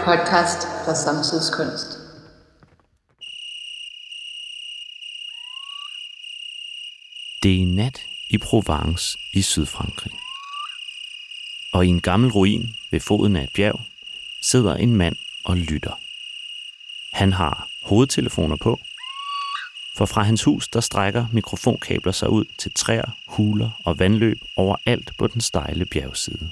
podcast for samtidskunst. Det er nat i Provence i Sydfrankrig. Og i en gammel ruin ved foden af et bjerg sidder en mand og lytter. Han har hovedtelefoner på, for fra hans hus der strækker mikrofonkabler sig ud til træer, huler og vandløb overalt på den stejle bjergside.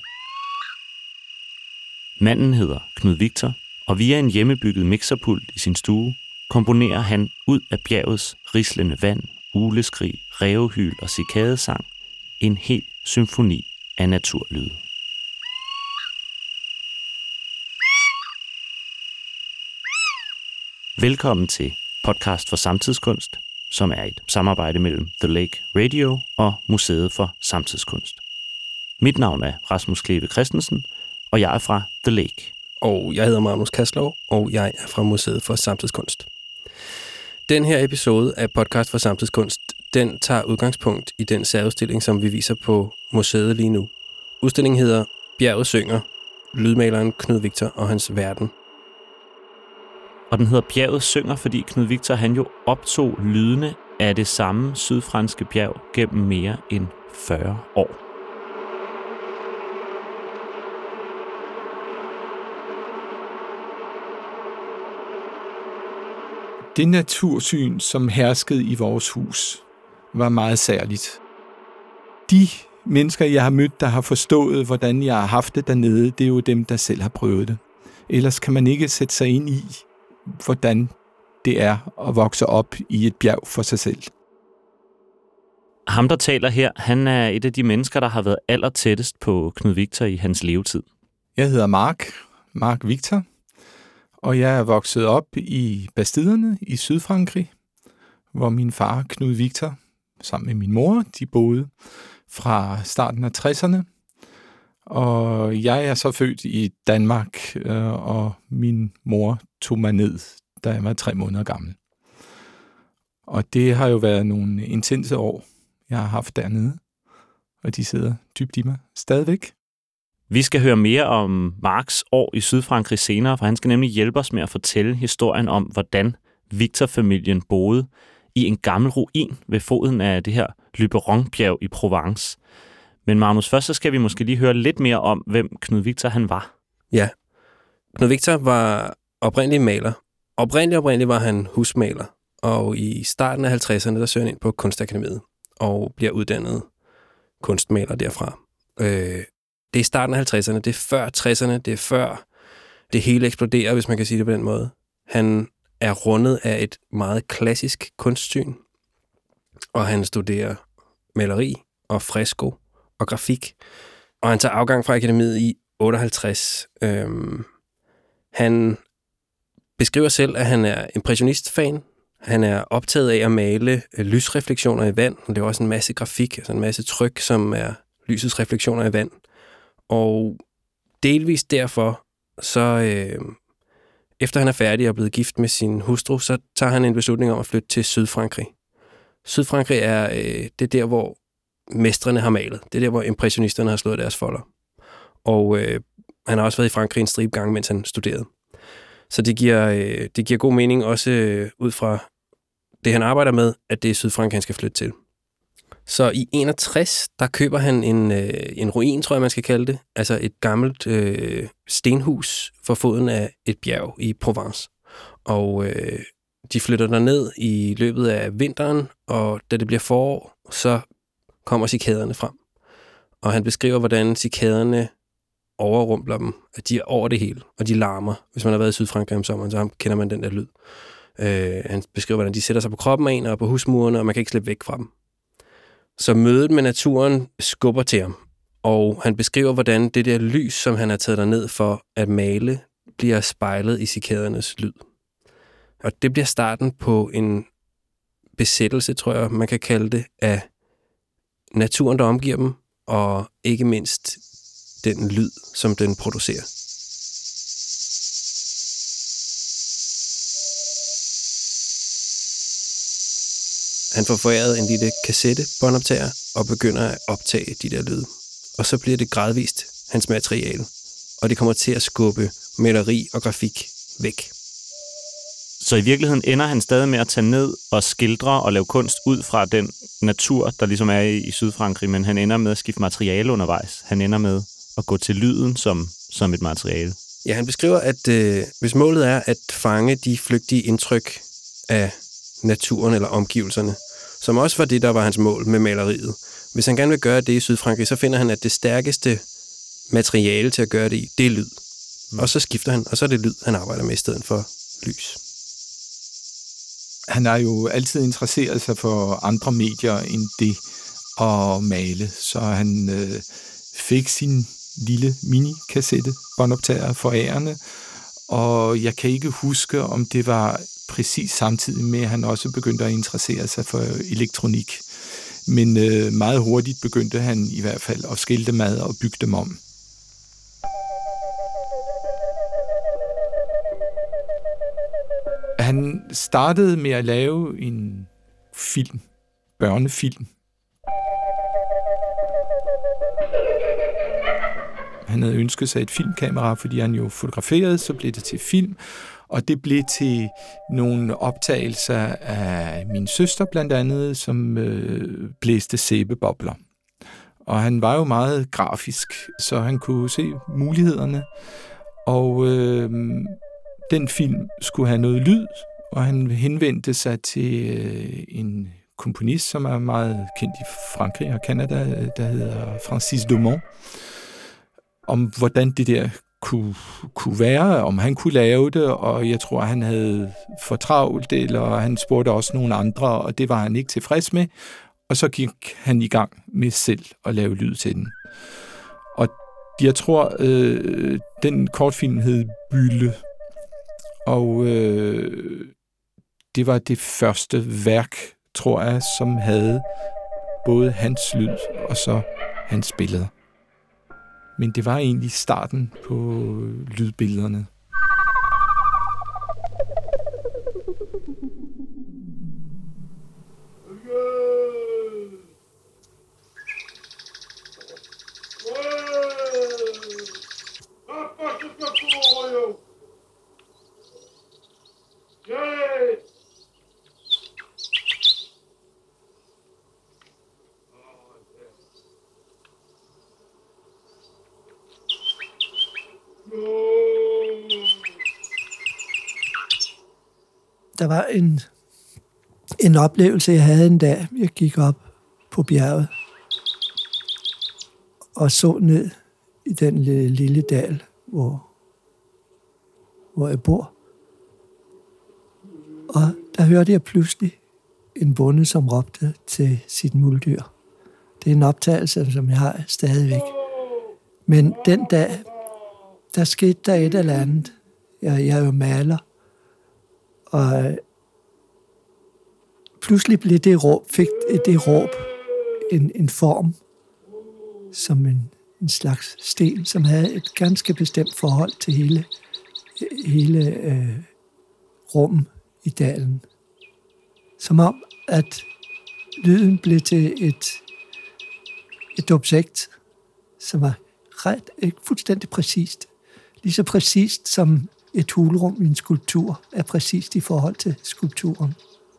Manden hedder Knud Victor, og via en hjemmebygget mixerpult i sin stue komponerer han ud af bjergets rislende vand, ugleskrig, rævehyl og cikadesang en hel symfoni af naturlyde. Velkommen til Podcast for Samtidskunst, som er et samarbejde mellem The Lake Radio og Museet for Samtidskunst. Mit navn er Rasmus Kleve Christensen, og jeg er fra The Lake. Og jeg hedder Magnus Kaslov, og jeg er fra Museet for Samtidskunst. Den her episode af Podcast for Samtidskunst, den tager udgangspunkt i den særudstilling, som vi viser på museet lige nu. Udstillingen hedder Bjerget synger, lydmaleren Knud Victor og hans verden. Og den hedder Bjerget synger, fordi Knud Victor han jo optog lydene af det samme sydfranske bjerg gennem mere end 40 år. Det natursyn, som herskede i vores hus, var meget særligt. De mennesker, jeg har mødt, der har forstået, hvordan jeg har haft det dernede, det er jo dem, der selv har prøvet det. Ellers kan man ikke sætte sig ind i, hvordan det er at vokse op i et bjerg for sig selv. Ham, der taler her, han er et af de mennesker, der har været allertættest på Knud Victor i hans levetid. Jeg hedder Mark Victor, og jeg er vokset op i Bastiderne i Sydfrankrig, hvor min far, Knud Victor, sammen med min mor, de boede fra starten af 60'erne. Og jeg er så født i Danmark, og min mor tog mig ned, da jeg var 3 måneder gammel. Og det har jo været nogle intense år, jeg har haft dernede, og de sidder dybt i mig stadigvæk. Vi skal høre mere om Marks år i Sydfrankrig senere, for han skal nemlig hjælpe os med at fortælle historien om, hvordan Victor-familien boede i en gammel ruin ved foden af det her Luberon-bjerg i Provence. Men Magnus, først så skal vi måske lige høre lidt mere om, hvem Knud Victor han var. Ja, Knud Victor var oprindelig maler. Oprindelig var han husmaler, og i starten af 50'erne, der søger han ind på Kunstakademiet og bliver uddannet kunstmaler derfra. Det er i starten af 50'erne, det er før 60'erne, det er før det hele eksploderer, hvis man kan sige det på den måde. Han er rundet af et meget klassisk kunstsyn, og han studerer maleri og fresko og grafik, og han tager afgang fra akademiet i 58. Han beskriver selv, at han er impressionist-fan. Han er optaget af at male lysrefleksioner i vand. Det er også en masse grafik, altså en masse tryk, som er lysets refleksioner i vand. Og delvis derfor, så efter han er færdig og er blevet gift med sin hustru, så tager han en beslutning om at flytte til Sydfrankrig. Sydfrankrig er det der, hvor mestrene har malet. Det er der, hvor impressionisterne har slået deres folder. Og han har også været i Frankrig en stribe gange, mens han studerede. Så det giver god mening også ud fra det, han arbejder med, at det er Sydfrankrig, han skal flytte til. Så i 61, der køber han en ruin, tror jeg, man skal kalde det. Altså et gammelt stenhus for foden af et bjerg i Provence. Og de flytter derned i løbet af vinteren, og da det bliver forår, så kommer cikaderne frem. Og han beskriver, hvordan cikaderne overrumpler dem, at de er over det hele, og de larmer. Hvis man har været i Sydfrankrig om sommeren, så kender man den der lyd. Han beskriver, hvordan de sætter sig på kroppen af en og på husmurene, og man kan ikke slippe væk fra dem. Så mødet med naturen skubber til ham, og han beskriver, hvordan det der lys, som han har taget derned for at male, bliver spejlet i cikadernes lyd. Og det bliver starten på en besættelse, tror jeg, man kan kalde det, af naturen, der omgiver dem, og ikke mindst den lyd, som den producerer. Han får foræret en lille kassettebåndoptager og begynder at optage de der lyde. Og så bliver det gradvist hans materiale, og det kommer til at skubbe maleri og grafik væk. Så i virkeligheden ender han stadig med at tage ned og skildre og lave kunst ud fra den natur, der ligesom er i Sydfrankrig, men han ender med at skifte materiale undervejs. Han ender med at gå til lyden som et materiale. Ja, han beskriver, at hvis målet er at fange de flygtige indtryk af naturen eller omgivelserne, som også var det, der var hans mål med maleriet. Hvis han gerne vil gøre det i Sydfrankrig, så finder han, at det stærkeste materiale til at gøre det i, det er lyd. Og så skifter han, og så er det lyd, han arbejder med i stedet for lys. Han har jo altid interesseret sig for andre medier end det at male, så han fik sin lille mini-kassette båndoptager forærende, og jeg kan ikke huske, om det var præcis samtidig med, at han også begyndte at interessere sig for elektronik. Men meget hurtigt begyndte han i hvert fald at skille dem ad og bygge dem om. Han startede med at lave en film, børnefilm. Han havde ønsket sig et filmkamera, fordi han jo fotograferede, så blev det til film, og det blev til nogle optagelser af min søster blandt andet, som blæste sæbebobler. Og han var jo meget grafisk, så han kunne se mulighederne, og den film skulle have noget lyd, og han henvendte sig til en komponist, som er meget kendt i Frankrig og Canada, der hedder Francis Dumont, om hvordan det der kunne være, om han kunne lave det, og jeg tror, han havde for travlt, eller han spurgte også nogle andre, og det var han ikke tilfreds med, og så gik han i gang med selv at lave lyd til den. Og jeg tror, den kortfilm hed Byle, og det var det første værk, tror jeg, som havde både hans lyd og så hans billeder. Men det var egentlig starten på lydbillederne. Der var en oplevelse, jeg havde en dag. Jeg gik op på bjerget og så ned i den lille dal, hvor jeg bor. Og der hørte jeg pludselig en bonde, som råbte til sit muldyr. Det er en optagelse, som jeg har stadigvæk. Men den dag, der skete der et eller andet. Jeg er jo maler. Og pludselig blev fik det råb en form som en slags sten, som havde et ganske bestemt forhold til hele rummet i dalen. Som om, at lyden blev til et objekt, som var fuldstændig præcist. Lige så præcist som et hulrum i en skulptur er præcist i forhold til skulpturen.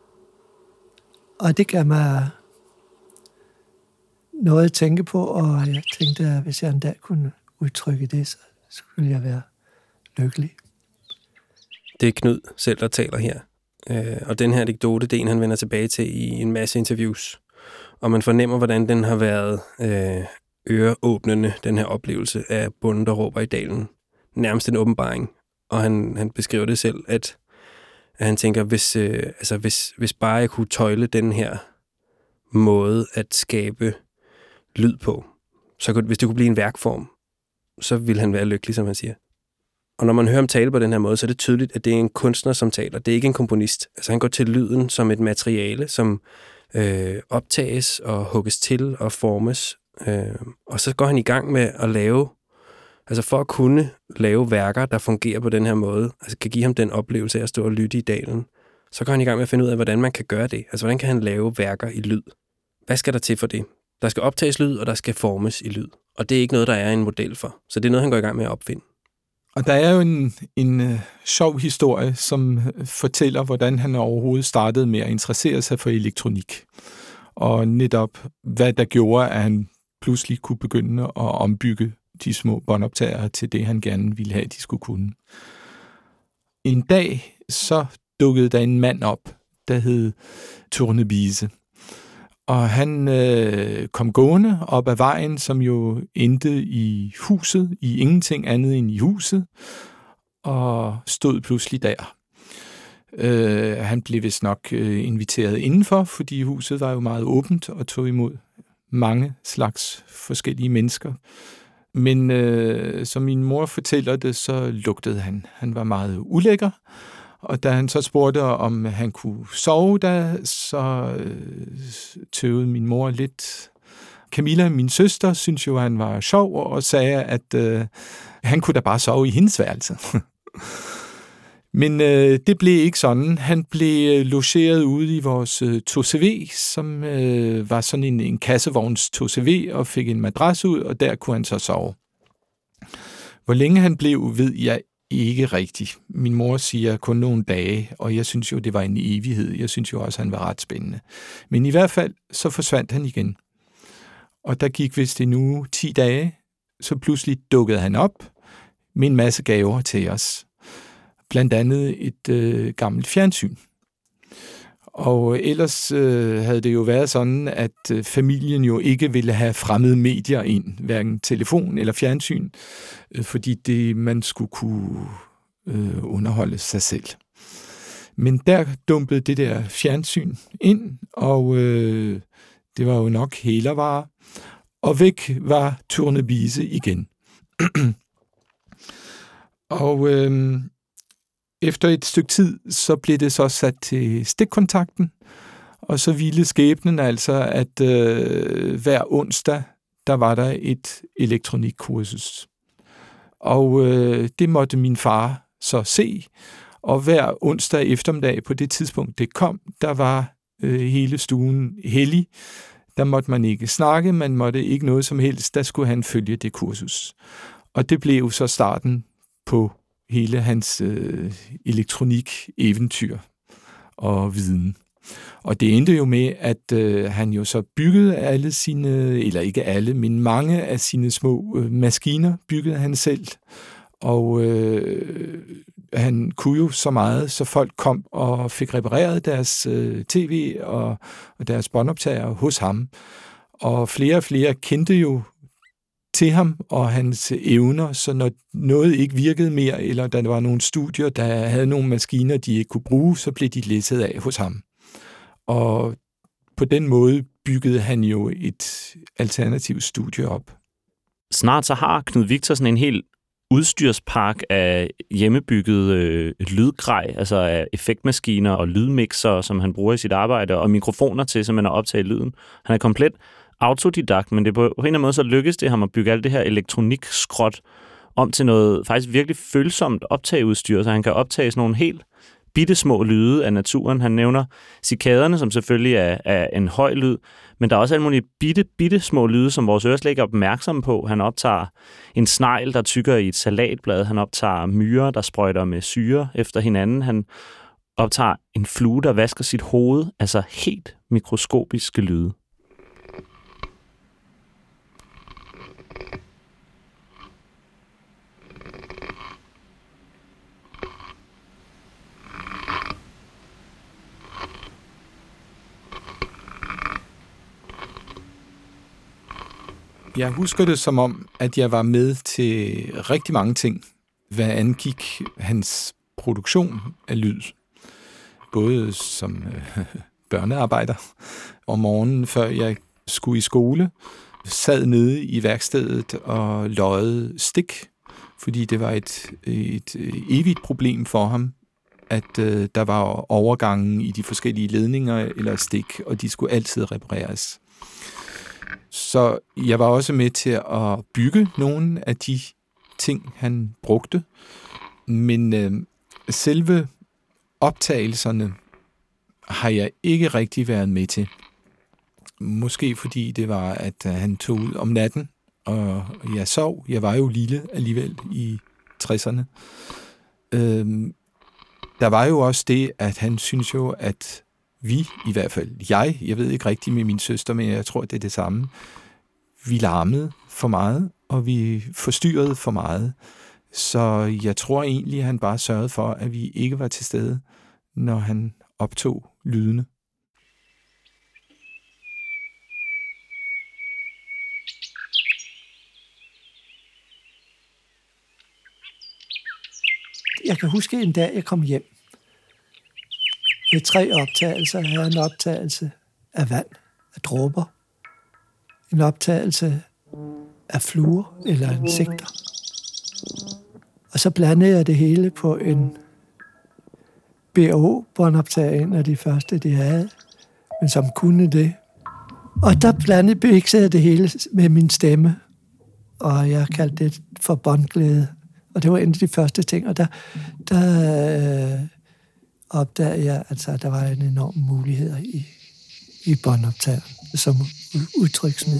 Og det gav mig noget at tænke på, og jeg tænkte, at hvis jeg en dag kunne udtrykke det, så skulle jeg være lykkelig. Det er Knud selv, der taler her. Og den her anekdote, det er en, han vender tilbage til i en masse interviews. Og man fornemmer, hvordan den har været øreåbnende, den her oplevelse af bunden, der råber i dalen. Nærmest en åbenbaring. Og han beskriver det selv, at han tænker, hvis bare jeg kunne tøjle den her måde at skabe lyd på, hvis det kunne blive en værkform, så ville han være lykkelig, som han siger. Og når man hører ham tale på den her måde, så er det tydeligt, at det er en kunstner, som taler. Det er ikke en komponist. Altså han går til lyden som et materiale, som optages og hugges til og formes. Og så går han i gang med at lave, altså for at kunne lave værker, der fungerer på den her måde, altså kan give ham den oplevelse af at stå og lytte i dalen, så går han i gang med at finde ud af, hvordan man kan gøre det. Altså hvordan kan han lave værker i lyd? Hvad skal der til for det? Der skal optages lyd, og der skal formes i lyd. Og det er ikke noget, der er en model for. Så det er noget, han går i gang med at opfinde. Og der er jo en sjov historie, som fortæller, hvordan han overhovedet startede med at interessere sig for elektronik. Og netop, hvad der gjorde, at han pludselig kunne begynde at ombygge de små båndoptagere til det, han gerne ville have, de skulle kunne. En dag så dukkede der en mand op, der hed Tournebiese. Og han kom gående op ad vejen, som jo endte i huset, i ingenting andet end i huset, og stod pludselig der. Han blev vist nok inviteret indenfor, fordi huset var jo meget åbent og tog imod mange slags forskellige mennesker. Men som min mor fortæller det, så lugtede han. Han var meget ulækker. Og da han så spurgte, om han kunne sove der, så tøvede min mor lidt. Camilla, min søster, synes jo, han var sjov og sagde, at han kunne da bare sove i hendes værelse. Men det blev ikke sådan. Han blev logeret ude i vores 2CV, som var sådan en kassevogns 2CV, og fik en madras ud, og der kunne han så sove. Hvor længe han blev, ved jeg ikke rigtigt. Min mor siger kun nogle dage, og jeg synes jo, det var en evighed. Jeg synes jo også, han var ret spændende. Men i hvert fald, så forsvandt han igen. Og der gik vist endnu 10 dage, så pludselig dukkede han op med en masse gaver til os. Blandt andet et gammelt fjernsyn. Og ellers havde det jo været sådan, at familien jo ikke ville have fremmede medier ind, hverken telefon eller fjernsyn, fordi man skulle kunne underholde sig selv. Men der dumpede det der fjernsyn ind, og det var jo nok hælervarer, og væk var Tournebiese igen. Og efter et stykke tid, så blev det så sat til stikkontakten, og så ville skæbnen altså, at hver onsdag, der var der et elektronikkursus. Og det måtte min far så se, og hver onsdag eftermiddag på det tidspunkt, det kom, der var hele stuen hellig. Der måtte man ikke snakke, man måtte ikke noget som helst, der skulle han følge det kursus. Og det blev så starten på hele hans elektronik-eventyr og viden. Og det endte jo med, at han jo så byggede alle sine, eller ikke alle, men mange af sine små maskiner byggede han selv. Og han kunne jo så meget, så folk kom og fik repareret deres tv og deres båndoptager hos ham. Og flere kendte jo til ham og hans evner, så når noget ikke virkede mere, eller der var nogle studier, der havde nogle maskiner, de ikke kunne bruge, så blev de læsset af hos ham. Og på den måde byggede han jo et alternativt studie op. Snart så har Knud Victorsen en helt udstyrspark af hjemmebygget lydgrej, altså af effektmaskiner og lydmixer, som han bruger i sit arbejde, og mikrofoner til simpelthen at optage lyden. Han er komplet autodidakt, men det på en eller anden måde så lykkes det ham at bygge alt det her elektronikskrot om til noget faktisk virkelig følsomt optageudstyr, så han kan optage sådan nogle helt bittesmå lyde af naturen. Han nævner cikaderne, som selvfølgelig er en høj lyd, men der er også alle mulige bitte små lyde, som vores ører slet ikke er opmærksomme på. Han optager en snegl, der tykker i et salatblad. Han optager myrer, der sprøjter med syre efter hinanden. Han optager en flue, der vasker sit hoved, altså helt mikroskopiske lyde. Jeg husker det som om, at jeg var med til rigtig mange ting, hvad angik hans produktion af lyd. Både som børnearbejder om morgenen, før jeg skulle i skole, sad nede i værkstedet og løjede stik, fordi det var et evigt problem for ham, at der var overgangen i de forskellige ledninger eller stik, og de skulle altid repareres. Så jeg var også med til at bygge nogle af de ting, han brugte. Men selve optagelserne har jeg ikke rigtig været med til. Måske fordi det var, at han tog ud om natten, og jeg sov. Jeg var jo lille alligevel i 60'erne. Der var jo også det, at han synes jo, at vi, i hvert fald jeg ved ikke rigtigt med min søster, men jeg tror, det er det samme, vi larmede for meget, og vi forstyrrede for meget. Så jeg tror egentlig, at han bare sørgede for, at vi ikke var til stede, når han optog lydene. Jeg kan huske en dag, jeg kom hjem med 3 optagelser. Jeg havde en optagelse af vand, af dråber, en optagelse af fluer eller insekter. Og så blandede jeg det hele på en BAO-båndoptager, en af de første, de havde, men som kunne det. Og der mixede jeg det hele med min stemme, og jeg kaldte det for båndglæde. Og det var en af de første ting, og der opdagede jeg, at der var en enorm mulighed i båndoptager som udtryksmiddel.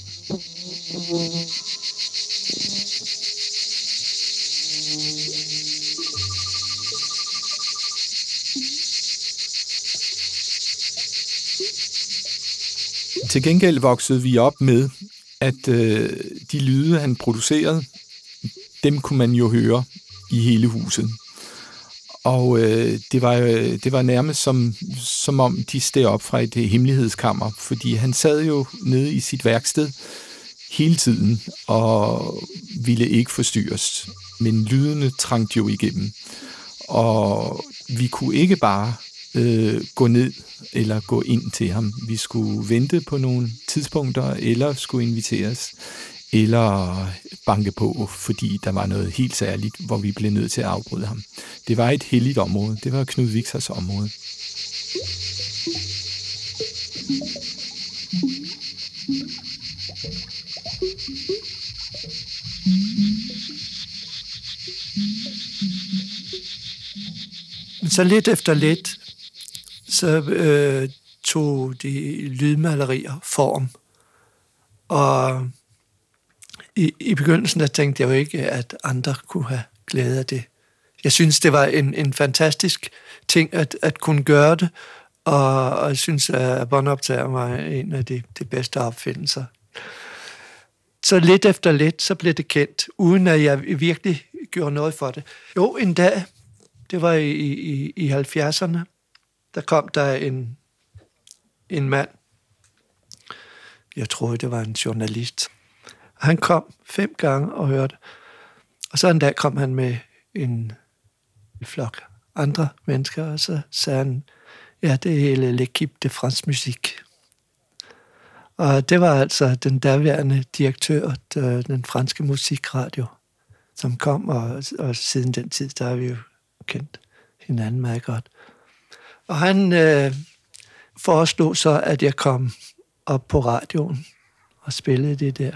Til gengæld voksede vi op med, at de lyde, han producerede, dem kunne man jo høre i hele huset. Og det var nærmest som om de steg op fra et hemmelighedskammer, fordi han sad jo nede i sit værksted hele tiden og ville ikke forstyrres. Men lydene trængte jo igennem. Og vi kunne ikke bare gå ned eller gå ind til ham. Vi skulle vente på nogle tidspunkter, eller skulle inviteres, eller banke på, fordi der var noget helt særligt, hvor vi blev nødt til at afbryde ham. Det var et helligt område. Det var Knud Victors område. Så lidt efter lidt, så tog de lydmalerier form. Og i begyndelsen der tænkte jeg jo ikke, at andre kunne have glæde af det. Jeg synes, det var en fantastisk ting at kunne gøre det, og jeg synes, at båndoptager var en af de bedste opfindelser. Så lidt efter lidt, så blev det kendt, uden at jeg virkelig gjorde noget for det. Jo, en dag, det var i 70'erne, der kom der en mand. Jeg troede, det var en journalist. Han kom 5 gange og hørte. Og så en dag kom han med en flok andre mennesker, og så sagde han, ja, det er hele l'équipe de France Musique. Og det var altså den daværende direktør, den franske musikradio, som kom, og siden den tid, der har vi jo kendt hinanden meget godt. Og han foreslog så, at jeg kom op på radioen og spillede det der.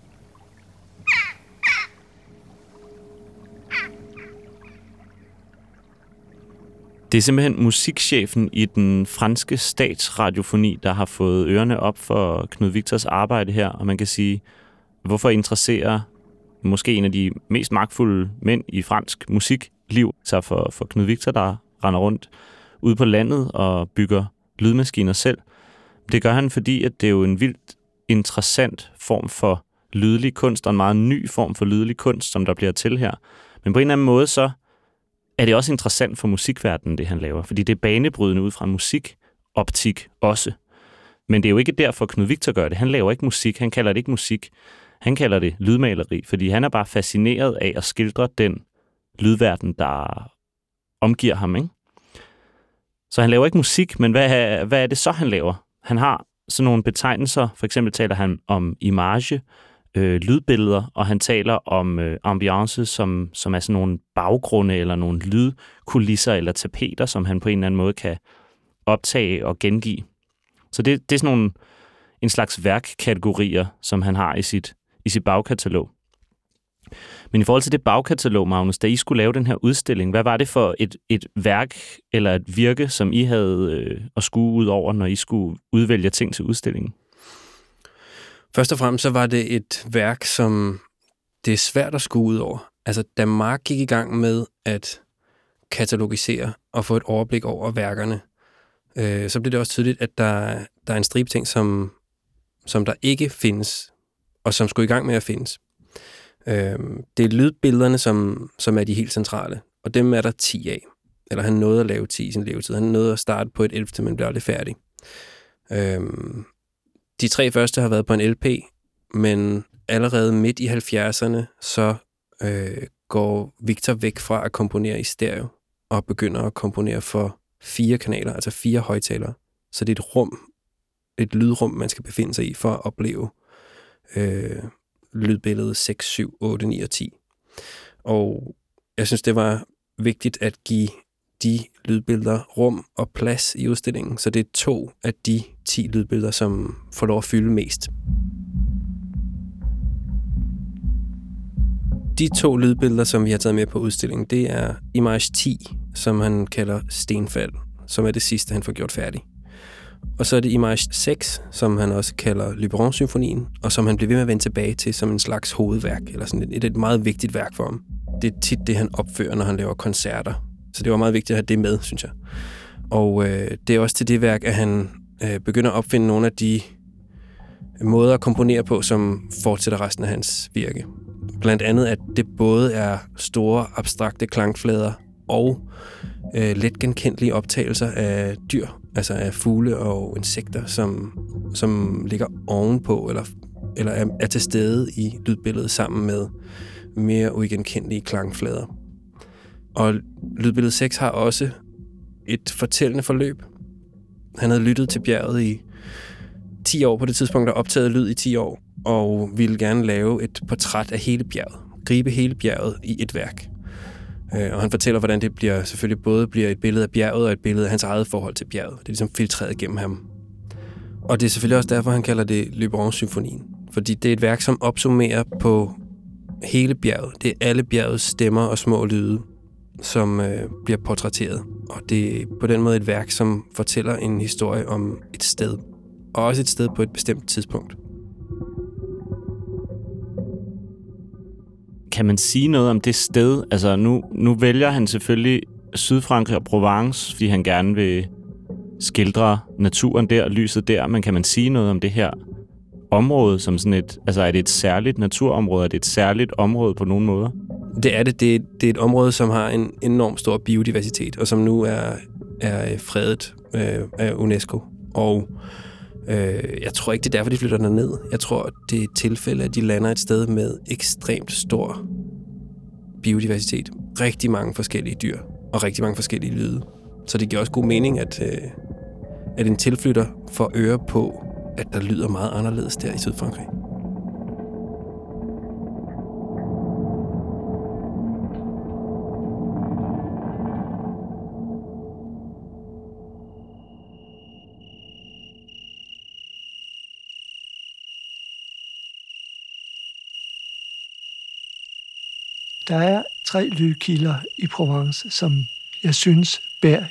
Det er simpelthen musikchefen i den franske statsradiofoni, der har fået ørerne op for Knud Victors arbejde her, og man kan sige, hvorfor interesserer måske en af de mest magtfulde mænd i fransk musikliv sig for Knud Victor, der render rundt ude på landet og bygger lydmaskiner selv. Det gør han, fordi at det er jo en vildt interessant form for lydlig kunst, og en meget ny form for lydlig kunst, som der bliver til her. Men på en eller anden måde, så er det også interessant for musikverdenen, det han laver, fordi det er banebrydende ud fra musikoptik også. Men det er jo ikke derfor, Knud Victor gør det. Han laver ikke musik, han kalder det ikke musik. Han kalder det lydmaleri, fordi han er bare fascineret af at skildre den lydverden, der omgiver ham, ikke? Så han laver ikke musik, men hvad er det så, han laver? Han har sådan nogle betegnelser, for eksempel taler han om image, lydbilleder, og han taler om ambiance, som er sådan nogle baggrunde, eller nogle lydkulisser, eller tapeter, som han på en eller anden måde kan optage og gengive. Så det er sådan en slags værkkategorier, som han har i sit bagkatalog. Men i forhold til det bagkatalog, Magnus, da I skulle lave den her udstilling, hvad var det for et værk eller et virke, som I havde at skue ud over, når I skulle udvælge ting til udstillingen? Først og fremmest så var det et værk, som det er svært at skue ud over. Altså, da Mark gik i gang med at katalogisere og få et overblik over værkerne, så blev det også tydeligt, at der er en stribe ting, som der ikke findes, og som skulle i gang med at findes. Det er lydbillederne, som er de helt centrale, og dem er der 10 af. Eller han nåede at lave 10 i sin levetid. Han nåede at starte på et 11., men blev aldrig færdig. De 3 første har været på en LP, men allerede midt i 70'erne, så går Victor væk fra at komponere i stereo, og begynder at komponere for 4 kanaler, altså 4 højtalere. Så det er et rum, et lydrum, man skal befinde sig i for at opleve lydbilledet 6, 7, 8, 9 og 10. Og jeg synes, det var vigtigt at give de lydbilleder rum og plads i udstillingen, så det er 2 af de 10 lydbilleder, som får lov at fylde mest. De 2 lydbilleder, som vi har taget med på udstillingen, det er Image 10, som han kalder Stenfald, som er det sidste, han får gjort færdig. Og så er det Image 6, som han også kalder Lyberon-symfonien, og som han bliver ved med at vende tilbage til som en slags hovedværk, eller sådan et meget vigtigt værk for ham. Det er tit det, han opfører, når han laver koncerter. Så det var meget vigtigt at have det med, synes jeg. Og det er også til det værk, at han begynder at opfinde nogle af de måder at komponere på, som fortsætter resten af hans virke. Blandt andet, at det både er store, abstrakte klangflader og let genkendelige optagelser af dyr, altså af fugle og insekter, som ligger ovenpå eller er til stede i lydbilledet sammen med mere uigenkendelige klangflader. Og lydbillede 6 har også et fortællende forløb. Han havde lyttet til bjerget i 10 år på det tidspunkt, og optaget lyd i 10 år, og ville gerne lave et portræt af hele bjerget. Gribe hele bjerget i et værk. Og han fortæller, hvordan det selvfølgelig både bliver et billede af bjerget og et billede af hans eget forhold til bjerget. Det er ligesom filtreret gennem ham. Og det er selvfølgelig også derfor, han kalder det Lyberon-symfonien. Fordi det er et værk, som opsummerer på hele bjerget. Det er alle bjergets stemmer og små lyde, som bliver portrætteret. Og det er på den måde et værk, som fortæller en historie om et sted. Og også et sted på et bestemt tidspunkt. Kan man sige noget om det sted? Altså nu vælger han selvfølgelig Sydfrankrig og Provence, fordi han gerne vil skildre naturen der, lyset der, men kan man sige noget om det her område som sådan et, altså er det et særligt naturområde, er det et særligt område på nogen måder? Det er det. Det er et område, som har en enorm stor biodiversitet, og som nu er fredet af UNESCO. Og jeg tror ikke, det er derfor, de flytter derned. Jeg tror, det er et tilfælde, at de lander et sted med ekstremt stor biodiversitet. Rigtig mange forskellige dyr, og rigtig mange forskellige lyde. Så det giver også god mening, at en tilflytter får øre på, at der lyder meget anderledes der i Sydfrankrig. Der er 3 lydkilder i Provence, som jeg synes bærer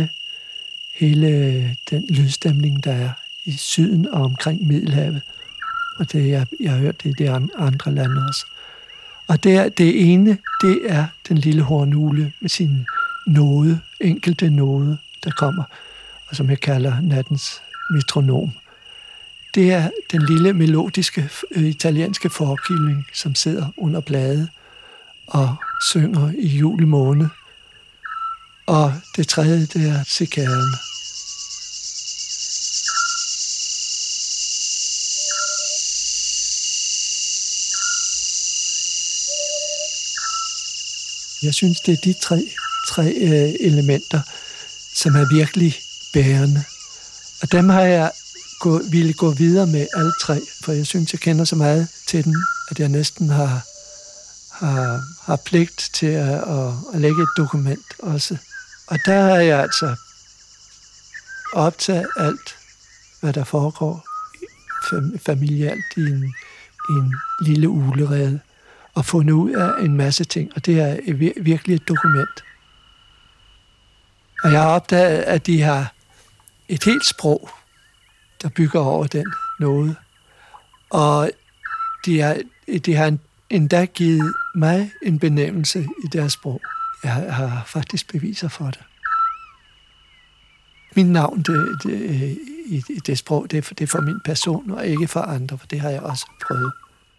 hele den lydstemning, der er i syden og omkring Middelhavet. Og det, jeg har hørt det i de andre lande også. Og det ene, det er den lille hornugle med sin enkelte node, der kommer, og som jeg kalder nattens metronom. Det er den lille melodiske italienske forkilling, som sidder under bladet og synger i juli måned. Og det tredje, det er cikaderne. Jeg synes, det er de tre elementer, som er virkelig bærende. Og dem har jeg ville gå videre med alle 3, for jeg synes, jeg kender så meget til dem, at jeg næsten har pligt til at lægge et dokument også. Og der har jeg altså optaget alt, hvad der foregår familialt i en lille uglerede, og fundet ud af en masse ting, og det er virkelig et dokument. Og jeg har opdaget, at de har et helt sprog, der bygger over den noget. Og de har endda givet mig en benævnelse i deres sprog. Jeg har faktisk beviser for det. Mit navn i det sprog, det er for min person, og ikke for andre, for det har jeg også prøvet.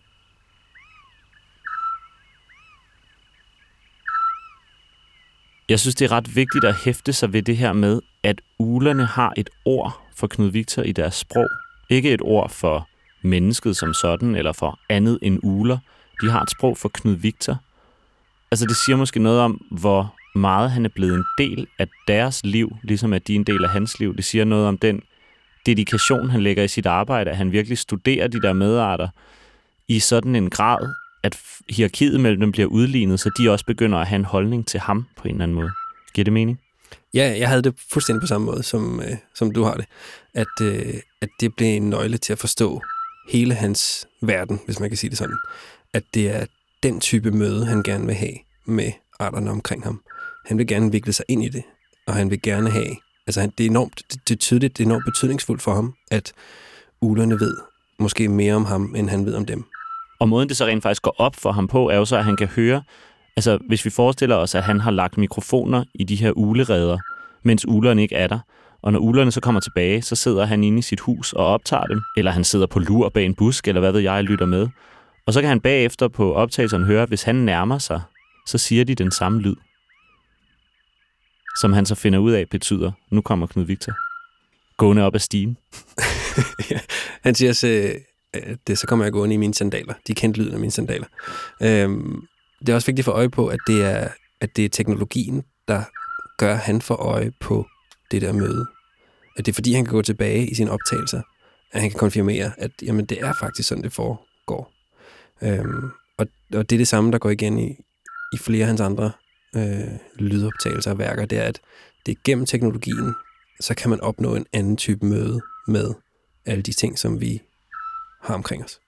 Jeg synes, det er ret vigtigt at hæfte sig ved det her med, at uglerne har et ord for Knud Victor i deres sprog. Ikke et ord for mennesket som sådan, eller for andet end ugler. De har et sprog for Knud Victor. Altså, det siger måske noget om, hvor meget han er blevet en del af deres liv, ligesom at de er en del af hans liv. Det siger noget om den dedikation, han lægger i sit arbejde, at han virkelig studerer de der medarter i sådan en grad, at hierarkiet mellem dem bliver udlignet, så de også begynder at have en holdning til ham på en eller anden måde. Giver det mening? Ja, jeg havde det fuldstændig på samme måde, som du har det. At det blev en nøgle til at forstå hele hans verden, hvis man kan sige det sådan. At det er den type møde, han gerne vil have med arterne omkring ham. Han vil gerne vikle sig ind i det, og han vil gerne have... Altså, det er enormt det er tydeligt, det er enormt betydningsfuldt for ham, at uglerne ved måske mere om ham, end han ved om dem. Og måden det så rent faktisk går op for ham på, er jo så, at han kan høre... Altså, hvis vi forestiller os, at han har lagt mikrofoner i de her uglereder, mens uglerne ikke er der, og når uglerne så kommer tilbage, så sidder han inde i sit hus og optager dem, eller han sidder på lur bag en busk, eller hvad ved jeg, lytter med. Og så kan han bagefter på optagelserne høre, at hvis han nærmer sig, så siger de den samme lyd, som han så finder ud af betyder, nu kommer Knud Victor gående op ad stigen. Ja, han siger så kommer jeg gående i mine sandaler. De kendte lyden af mine sandaler. Det er også vigtigt for øje på, at det er teknologien, der gør, at han får øje på det der møde. At det er fordi, han kan gå tilbage i sine optagelser, at han kan konfirmere, at jamen, det er faktisk sådan, det foregår. Og det er det samme, der går igen i flere af hans andre lydoptagelser og værker, det er, at det er gennem teknologien, så kan man opnå en anden type møde med alle de ting, som vi har omkring os.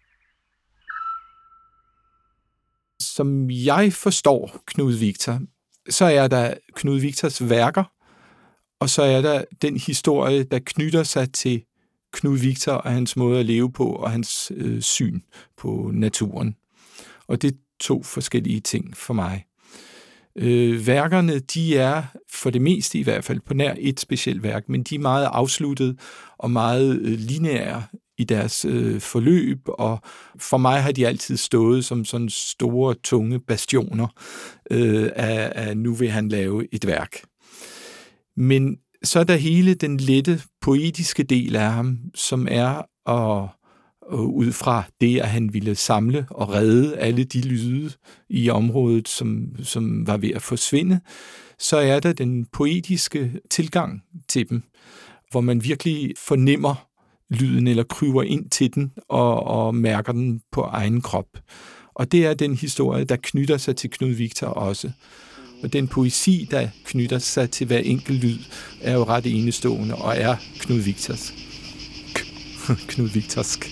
Som jeg forstår Knud Victor, så er der Knud Victors værker, og så er der den historie, der knytter sig til Knud Victor og hans måde at leve på, og hans syn på naturen. Og det er 2 forskellige ting for mig. Værkerne, de er for det meste i hvert fald på nær et specielt værk, men de er meget afsluttet og meget lineære i deres forløb, og for mig har de altid stået som sådan store, tunge bastioner af nu vil han lave et værk. Men så er der hele den lette, poetiske del af ham, som er at ud fra det, at han ville samle og redde alle de lyde i området, som var ved at forsvinde, så er der den poetiske tilgang til dem, hvor man virkelig fornemmer lyden eller kryber ind til den og mærker den på egen krop. Og det er den historie, der knytter sig til Knud Victor også. Og den poesi, der knytter sig til hver enkelt lyd, er jo ret enestående og er Knud Victors. Knud Victorsk.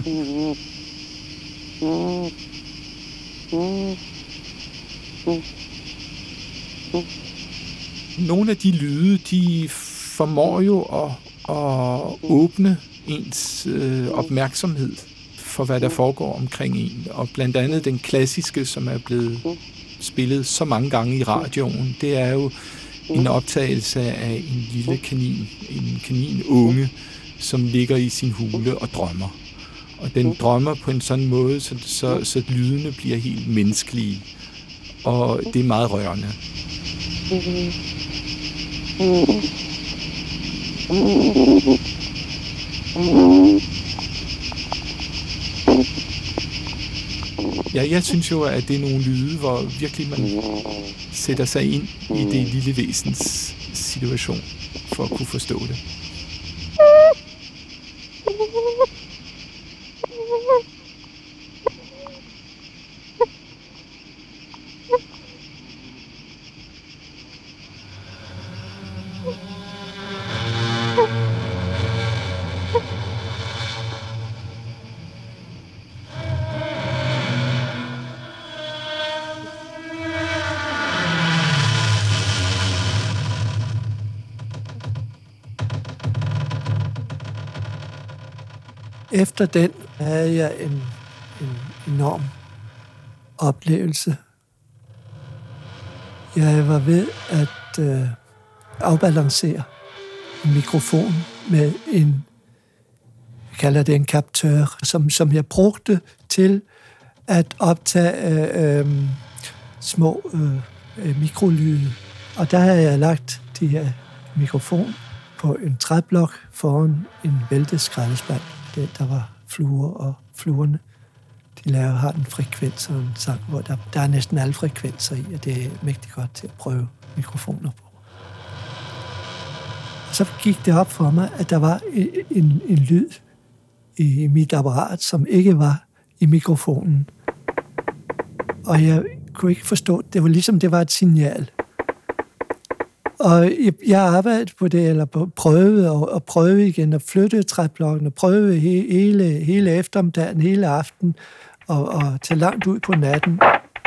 Nogle af de lyde, de formår jo at åbne ens opmærksomhed for, hvad der foregår omkring en. Og blandt andet den klassiske, som er blevet spillet så mange gange i radioen, det er jo en optagelse af en lille kanin, en kaninunge, som ligger i sin hule og drømmer. Og den drømmer på en sådan måde, så lydene bliver helt menneskelige. Og det er meget rørende. Ja, jeg synes jo, at det er nogle lyde, hvor virkelig man sætter sig ind i det lille væsens situation, for at kunne forstå det. Efter den havde jeg en enorm oplevelse. Jeg var ved at afbalancere en mikrofon med en, jeg kalder det en kaptør, som jeg brugte til at optage små mikrolyde. Og der havde jeg lagt de her mikrofon på en træblok foran en væltet skraldespand. Der var fluer, og fluerne har en frekvens og en sang, hvor der er næsten alle frekvenser i, og det er mægtig godt til at prøve mikrofoner på. Så gik det op for mig, at der var en lyd i mit apparat, som ikke var i mikrofonen. Og jeg kunne ikke forstå, det var ligesom det var et signal. Og jeg arbejdede på det, eller prøvede og prøvede igen, og flyttede træblokken, og prøvede hele eftermiddagen, hele aften, og til langt ud på natten.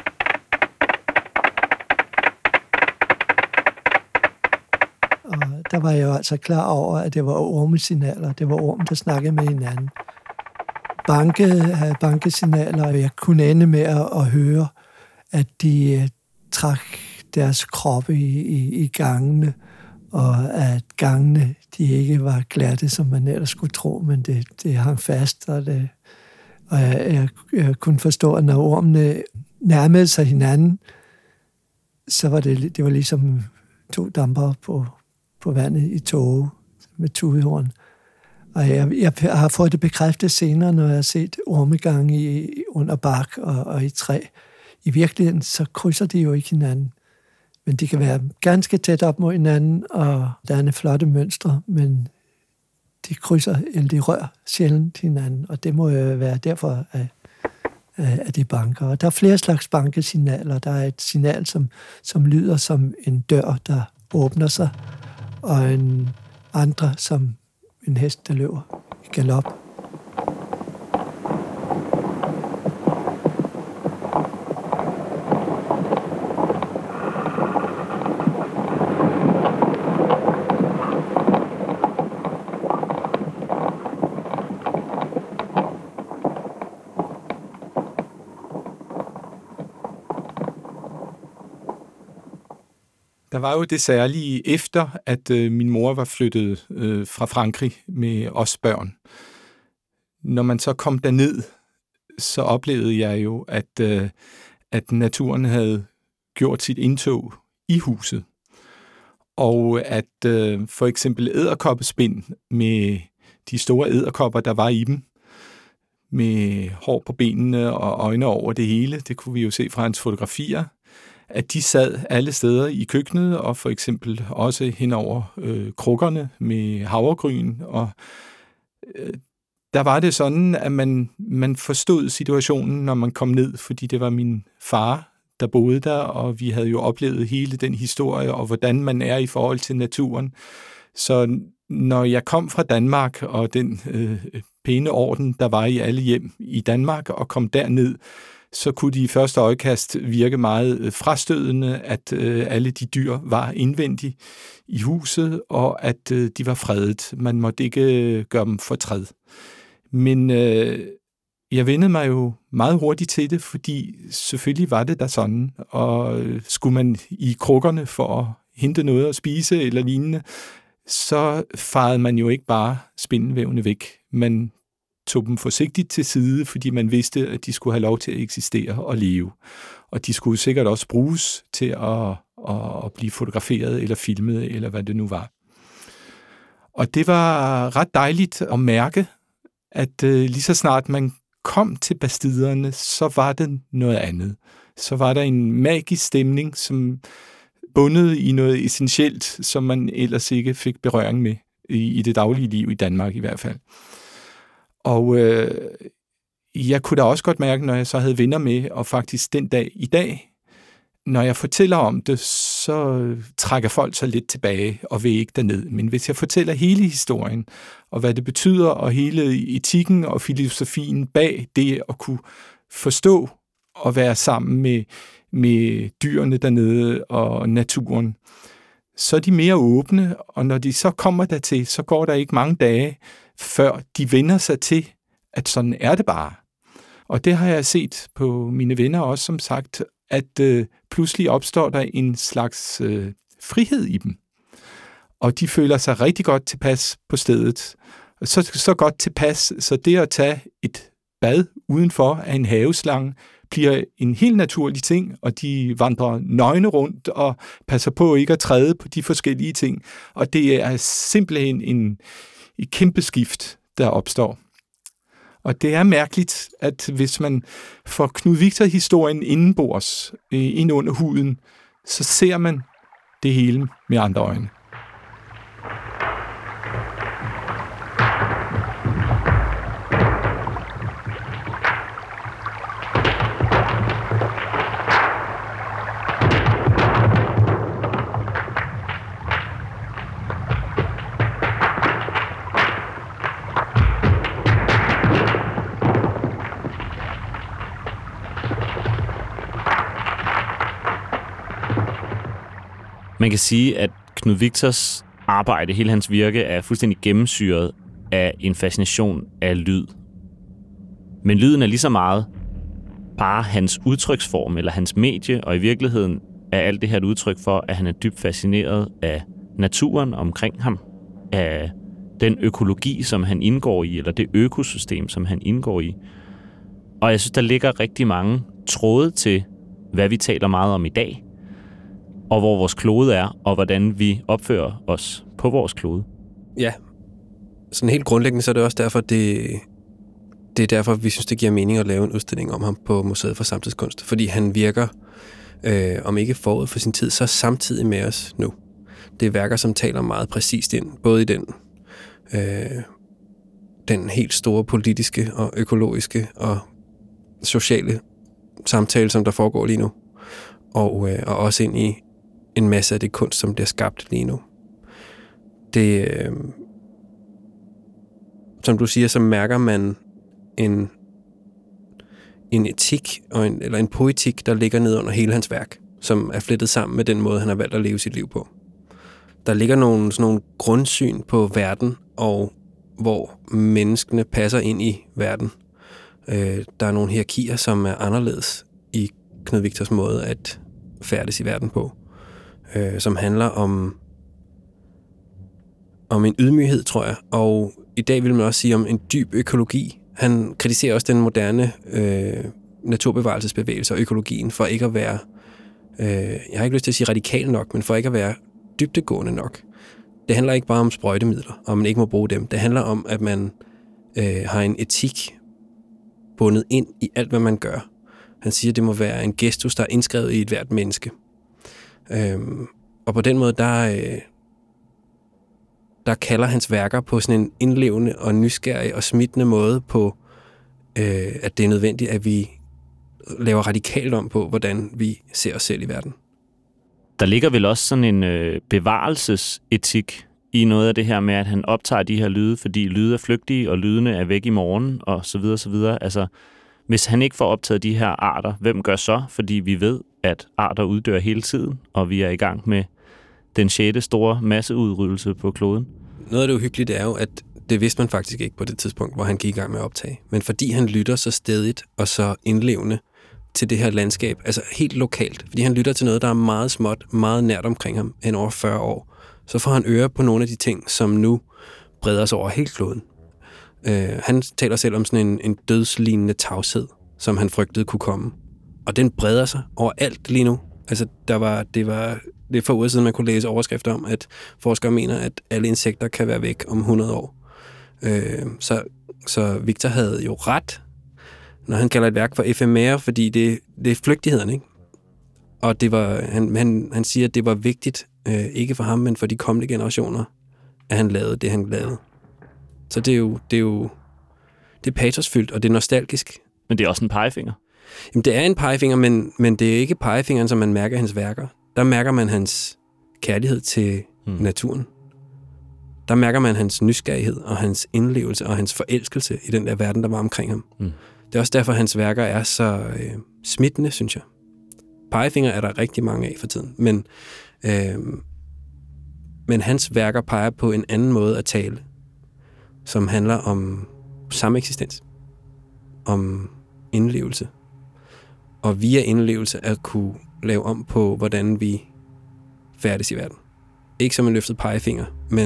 Og der var jeg jo altså klar over, at det var ormesignaler, det var ormen, der snakkede med hinanden. Havde bankesignaler, og jeg kunne ende med at høre, at de trak deres kroppe i gangene, og at gangene de ikke var glatte, som man ellers skulle tro, men det hang fast, og jeg kunne forstå, at når ormene nærmede sig hinanden, så var det var ligesom 2 damper på vandet i tåge med tudehorn. Og jeg har fået det bekræftet senere, når jeg har set ormegange under bark og i træ. I virkeligheden, så krydser de jo ikke hinanden. Men de kan være ganske tæt op mod hinanden, og der er en flotte mønstre, men de krydser, eller de rører sjældent hinanden, og det må jo være derfor, at de banker. Og der er flere slags bankesignaler. Der er et signal, som lyder som en dør, der åbner sig, og en andre som en hest, der løber i galop. Der var jo det særlige efter, at min mor var flyttet fra Frankrig med os børn. Når man så kom derned, så oplevede jeg jo, at naturen havde gjort sit indtog i huset. Og at for eksempel edderkoppespind med de store edderkopper, der var i dem, med hår på benene og øjne over det hele, det kunne vi jo se fra hans fotografier, at de sad alle steder i køkkenet, og for eksempel også hen over krukkerne med havregryn. Og der var det sådan, at man forstod situationen, når man kom ned, fordi det var min far, der boede der, og vi havde jo oplevet hele den historie, og hvordan man er i forhold til naturen. Så når jeg kom fra Danmark, og den pæne orden, der var i alle hjem i Danmark, og kom derned, så kunne de i første øjekast virke meget frastødende, at alle de dyr var indvendigt i huset, og at de var fredet. Man måtte ikke gøre dem fortræd. Men jeg vendte mig jo meget hurtigt til det, fordi selvfølgelig var det der sådan, og skulle man i krukkerne for at hente noget at spise eller lignende, så farede man jo ikke bare spindelvævene væk. Man tog dem forsigtigt til side, fordi man vidste, at de skulle have lov til at eksistere og leve. Og de skulle sikkert også bruges til at blive fotograferet eller filmet, eller hvad det nu var. Og det var ret dejligt at mærke, at lige så snart man kom til Bastiderne, så var det noget andet. Så var der en magisk stemning, som bundet i noget essentielt, som man ellers ikke fik berøring med i det daglige liv i Danmark i hvert fald. Og jeg kunne da også godt mærke, når jeg så havde venner med, og faktisk den dag i dag, når jeg fortæller om det, så trækker folk sig lidt tilbage og vil ikke derned. Men hvis jeg fortæller hele historien, og hvad det betyder, og hele etikken og filosofien bag det at kunne forstå og være sammen med dyrene dernede og naturen, så er de mere åbne, og når de så kommer dertil, så går der ikke mange dage, før de vender sig til, at sådan er det bare. Og det har jeg set på mine venner også, som sagt, at pludselig opstår der en slags frihed i dem. Og de føler sig rigtig godt tilpas på stedet. Så godt tilpas, så det at tage et bad udenfor af en haveslange bliver en helt naturlig ting, og de vandrer nøgne rundt og passer på ikke at træde på de forskellige ting. Og det er simpelthen et kæmpe skift, der opstår. Og det er mærkeligt, at hvis man får Knud Victor-historien indenbords, ind under huden, så ser man det hele med andre øjne. Man kan sige, at Knud Victors arbejde, hele hans virke, er fuldstændig gennemsyret af en fascination af lyd. Men lyden er lige så meget bare hans udtryksform eller hans medie, og i virkeligheden er alt det her et udtryk for, at han er dybt fascineret af naturen omkring ham, af den økologi, som han indgår i, eller det økosystem, som han indgår i. Og jeg synes, der ligger rigtig mange tråde til, hvad vi taler meget om i dag, og hvor vores klode er, og hvordan vi opfører os på vores klode. Ja, sådan helt grundlæggende, så er det også derfor, det er derfor, vi synes, det giver mening at lave en udstilling om ham på Museet for Samtidskunst, fordi han virker, om ikke forud for sin tid, så samtidig med os nu. Det er værker, som taler meget præcist ind, både i den helt store politiske og økologiske og sociale samtale, som der foregår lige nu, og også ind i en masse af det kunst, som bliver skabt lige nu. Det, som du siger, så mærker man en etik eller en poetik, der ligger ned under hele hans værk, som er flettet sammen med den måde, han har valgt at leve sit liv på. Der ligger sådan nogle grundsyn på verden, og hvor menneskene passer ind i verden. Der er nogle hierarkier, som er anderledes i Knud Victors måde at færdes i verden på, som handler om en ydmyghed, tror jeg, og i dag vil man også sige om en dyb økologi. Han kritiserer også den moderne naturbevarelsesbevægelse og økologien for ikke at være, jeg har ikke lyst til at sige radikal nok, men for ikke at være dybdegående nok. Det handler ikke bare om sprøjtemidler, og man ikke må bruge dem. Det handler om, at man har en etik bundet ind i alt, hvad man gør. Han siger, at det må være en gestus, der er indskrevet i et hvert menneske. Og på den måde, der kalder hans værker på sådan en indlevende og nysgerrig og smittende måde på, at det er nødvendigt, at vi laver radikalt om på, hvordan vi ser os selv i verden. Der ligger vel også sådan en bevarelsesetik i noget af det her med, at han optager de her lyde, fordi lyde er flygtige, og lydene er væk i morgen, og så videre, så videre. Altså, hvis han ikke får optaget de her arter, hvem gør så? Fordi vi ved, at arter uddør hele tiden, og vi er i gang med den 6. store masseudryddelse på kloden. Noget af det uhyggelige er jo, at det vidste man faktisk ikke på det tidspunkt, hvor han gik i gang med at optage. Men fordi han lytter så stædigt og så indlevende til det her landskab, altså helt lokalt, fordi han lytter til noget, der er meget småt, meget nært omkring ham, hen over 40 år, så får han øre på nogle af de ting, som nu breder sig over hele kloden. Han taler selv om sådan en dødslignende tavshed, som han frygtede kunne komme. Og den breder sig overalt lige nu. Altså, det er for uger siden, man kunne læse overskrifter om, at forskere mener, at alle insekter kan være væk om 100 år. Så Victor havde jo ret, når han kalder et værk for efemere, fordi det er flygtigheden, ikke? Og det var, han siger, at det var vigtigt, ikke for ham, men for de kommende generationer, at han lavede det, han lavede. Så det er patosfyldt, og det er nostalgisk. Men det er også en pegefinger. Jamen, det er en pegefinger, men det er ikke pegefingeren, som man mærker i hans værker. Der mærker man hans kærlighed til naturen. Der mærker man hans nysgerrighed og hans indlevelse og hans forelskelse i den der verden, der var omkring ham. Det er også derfor, hans værker er så smittende, synes jeg. Pegefinger er der rigtig mange af for tiden, men hans værker peger på en anden måde at tale, som handler om sameksistens, om indlevelse. Og via indlevelse at kunne lave om på, hvordan vi færdes i verden. Ikke som en løftet pegefinger,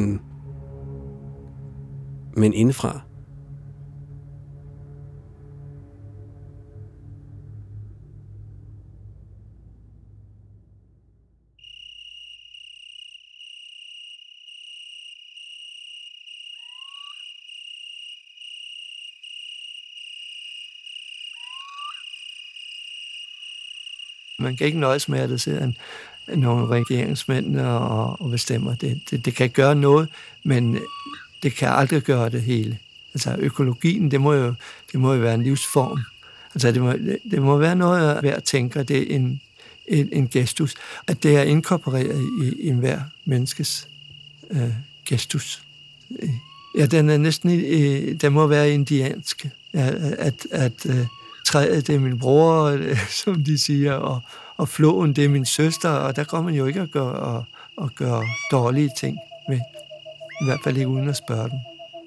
men indefra. Man kan ikke nøjes med, at der sidder nogle regeringsmænd og bestemmer det. Det kan gøre noget, men det kan aldrig gøre det hele. Altså økologien, det må jo være en livsform. Altså det må være noget værd at tænke, at det er en gestus. At det er inkorporeret i enhver menneskes gestus. Ja, den er næsten, den må være indiansk. At træet, det er min bror, som de siger, og floden, det er min søster, og der kommer man jo ikke at gøre dårlige ting med. I hvert fald ikke uden at spørge dem.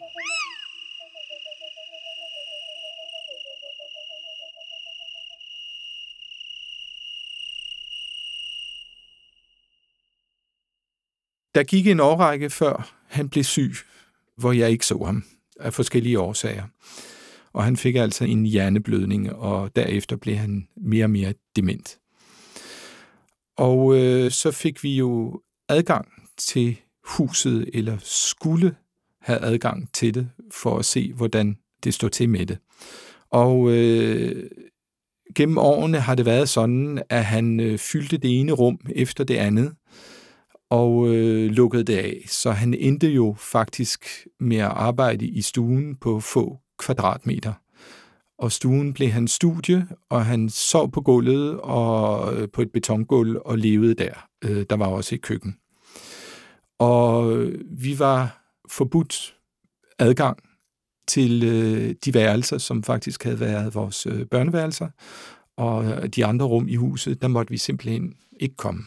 Der gik en årrække før han blev syg, hvor jeg ikke så ham af forskellige årsager. Og han fik altså en hjerneblødning, og derefter blev han mere og mere dement. Og så fik vi jo adgang til huset, eller skulle have adgang til det, for at se, hvordan det stod til med det. Og gennem årene har det været sådan, at han fyldte det ene rum efter det andet, og lukkede det af. Så han endte jo faktisk med at arbejde i stuen på få kvadratmeter. Og stuen blev hans studie, og han sov på gulvet og på et betongulv og levede der. Der var også et køkken. Og vi var forbudt adgang til de værelser, som faktisk havde været vores børneværelser, og de andre rum i huset, der måtte vi simpelthen ikke komme.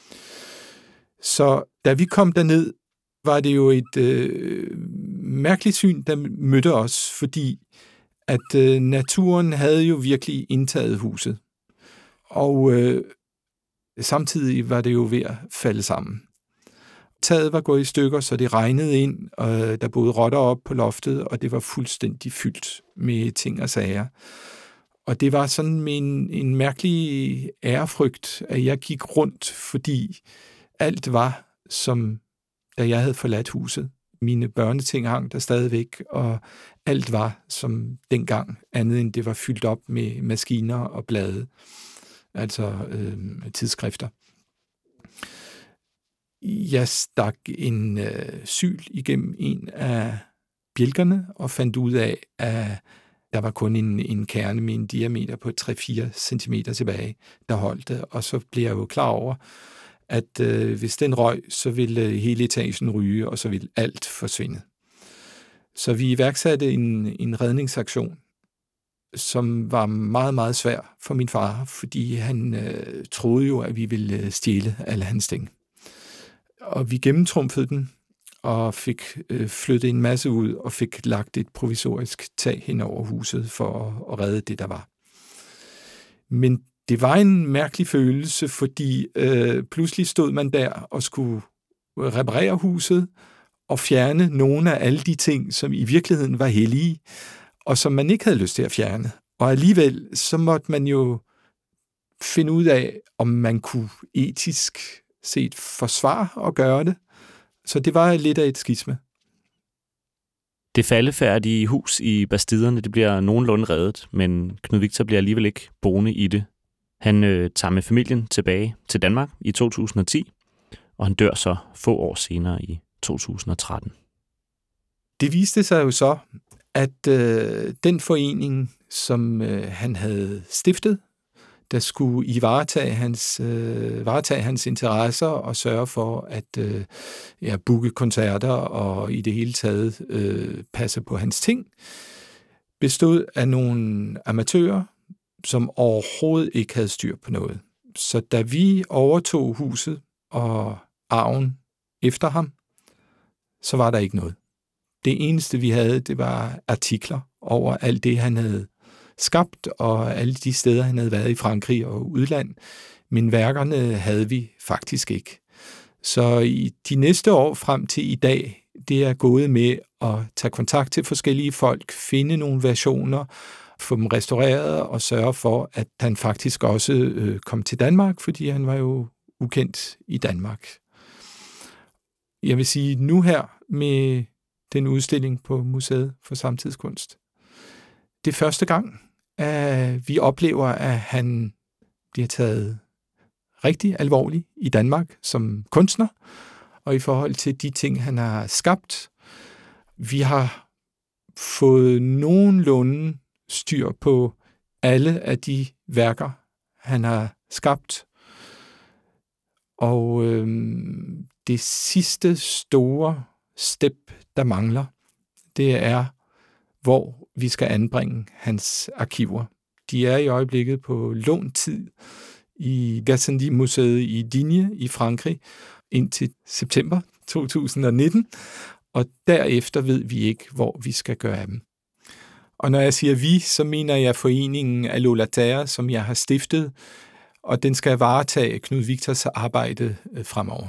Så da vi kom derned, var det jo et mærkeligt syn, der mødte os, fordi at naturen havde jo virkelig indtaget huset. Og samtidig var det jo ved at falde sammen. Taget var gået i stykker, så det regnede ind, og der boede rotter op på loftet, og det var fuldstændig fyldt med ting og sager. Og det var sådan med en mærkelig ærefrygt, at jeg gik rundt, fordi alt var, som da jeg havde forladt huset. Mine børneting hang der stadigvæk, og alt var som dengang, andet end det var fyldt op med maskiner og blade, altså tidsskrifter. Jeg stak en syl igennem en af bjælkerne og fandt ud af, at der var kun en kerne med en diameter på 3-4 centimeter tilbage, der holdt det, og så blev jeg jo klar over, at hvis den røg, så ville hele etagen ryge, og så ville alt forsvinde. Så vi iværksatte en redningsaktion, som var meget, meget svær for min far, fordi han troede jo, at vi ville stjæle alle hans ting. Og vi gennemtrumfede den, og fik flyttet en masse ud, og fik lagt et provisorisk tag hen over huset for at redde det, der var. Men det var en mærkelig følelse, fordi pludselig stod man der og skulle reparere huset og fjerne nogle af alle de ting, som i virkeligheden var hellige, og som man ikke havde lyst til at fjerne. Og alligevel så måtte man jo finde ud af, om man kunne etisk set forsvare at gøre det. Så det var lidt af et skisme. Det faldefærdige hus i Bastiderne, det bliver nogenlunde reddet, men Knud Victor bliver alligevel ikke boende i det. Han tager med familien tilbage til Danmark i 2010, og han dør så få år senere i 2013. Det viste sig jo så, at den forening, som han havde stiftet, der skulle varetage hans interesser og sørge for at booke koncerter og i det hele taget passe på hans ting, bestod af nogle amatører, som overhovedet ikke havde styr på noget. Så da vi overtog huset og arven efter ham, så var der ikke noget. Det eneste, vi havde, det var artikler over alt det, han havde skabt, og alle de steder, han havde været i Frankrig og udland. Men værkerne havde vi faktisk ikke. Så i de næste år frem til i dag, det er gået med at tage kontakt til forskellige folk, finde nogle versioner, få dem restaureret og sørge for, at han faktisk også kom til Danmark, fordi han var jo ukendt i Danmark. Jeg vil sige, nu her med den udstilling på Museet for Samtidskunst, det er første gang, at vi oplever, at han bliver taget rigtig alvorligt i Danmark som kunstner, og i forhold til de ting, han har skabt. Vi har fået nogenlunde styr på alle af de værker, han har skabt. Og det sidste store step, der mangler, det er, hvor vi skal anbringe hans arkiver. De er i øjeblikket på låntid i Gassendi-museet i Digne i Frankrig indtil september 2019, og derefter ved vi ikke, hvor vi skal gøre af dem. Og når jeg siger vi, så mener jeg foreningen Allo La Terre, som jeg har stiftet, og den skal varetage Knud Victors arbejde fremover.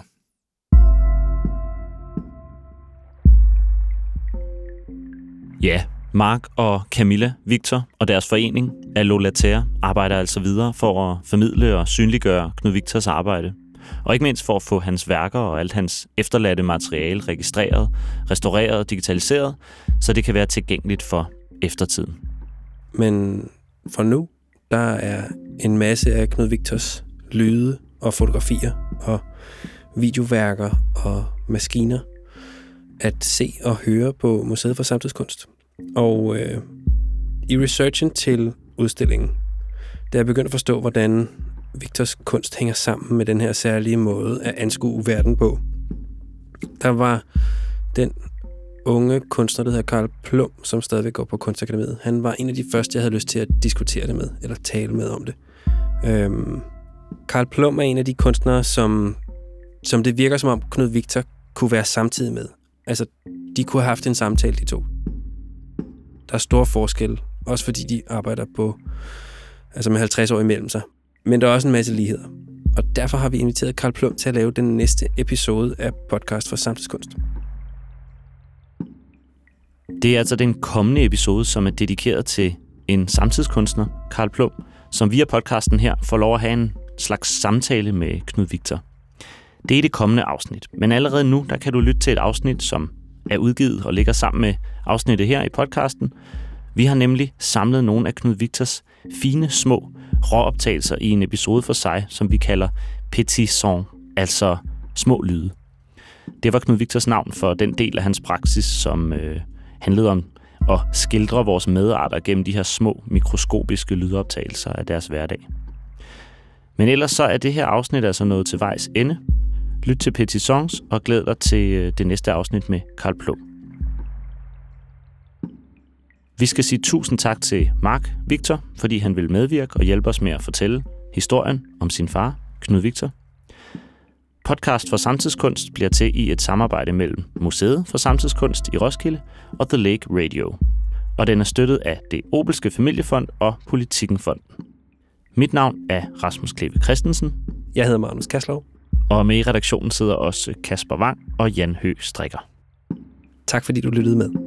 Ja, Mark og Camilla Victor og deres forening Allo La Terre arbejder altså videre for at formidle og synliggøre Knud Victors arbejde. Og ikke mindst for at få hans værker og alt hans efterladte materiale registreret, restaureret og digitaliseret, så det kan være tilgængeligt for eftertiden. Men for nu, der er en masse af Knud Victors lyde og fotografier og videoværker og maskiner at se og høre på Museet for Samtidskunst. Og i researchen til udstillingen, der er jeg begyndt at forstå, hvordan Victors kunst hænger sammen med den her særlige måde at anskue verden på. Der var den unge kunstner, der hedder Carl Plum, som stadigvæk går på Kunstakademiet. Han var en af de første, jeg havde lyst til at diskutere det med, eller tale med om det. Carl Plum er en af de kunstnere, som det virker som om Knud Victor kunne være samtidig med. Altså, de kunne have haft en samtale, de to. Der er store forskelle, også fordi de arbejder med 50 år imellem sig. Men der er også en masse ligheder. Og derfor har vi inviteret Carl Plum til at lave den næste episode af Podcast for Samtidskunst. Det er altså den kommende episode, som er dedikeret til en samtidskunstner, Carl Plum, som via podcasten her får lov at have en slags samtale med Knud Victor. Det er i det kommende afsnit, men allerede nu der kan du lytte til et afsnit, som er udgivet og ligger sammen med afsnittet her i podcasten. Vi har nemlig samlet nogle af Knud Victors fine, små råoptagelser i en episode for sig, som vi kalder Petit Son, altså små lyde. Det var Knud Victors navn for den del af hans praksis, som handlede om at skildre vores medarter gennem de her små, mikroskopiske lydoptagelser af deres hverdag. Men ellers så er det her afsnit altså nået til vejs ende. Lyt til Petit Sons og glæd dig til det næste afsnit med Carl Plum. Vi skal sige tusind tak til Mark Victor, fordi han vil medvirke og hjælpe os med at fortælle historien om sin far, Knud Victor. Podcast for Samtidskunst bliver til i et samarbejde mellem Museet for Samtidskunst i Roskilde og The Lake Radio. Og den er støttet af Det Obelske Familiefond og Politikenfonden. Mit navn er Rasmus Kleve Christensen. Jeg hedder Magnus Kaslov. Og med i redaktionen sidder også Kasper Wang og Jan Høgh Strikker. Tak fordi du lyttede med.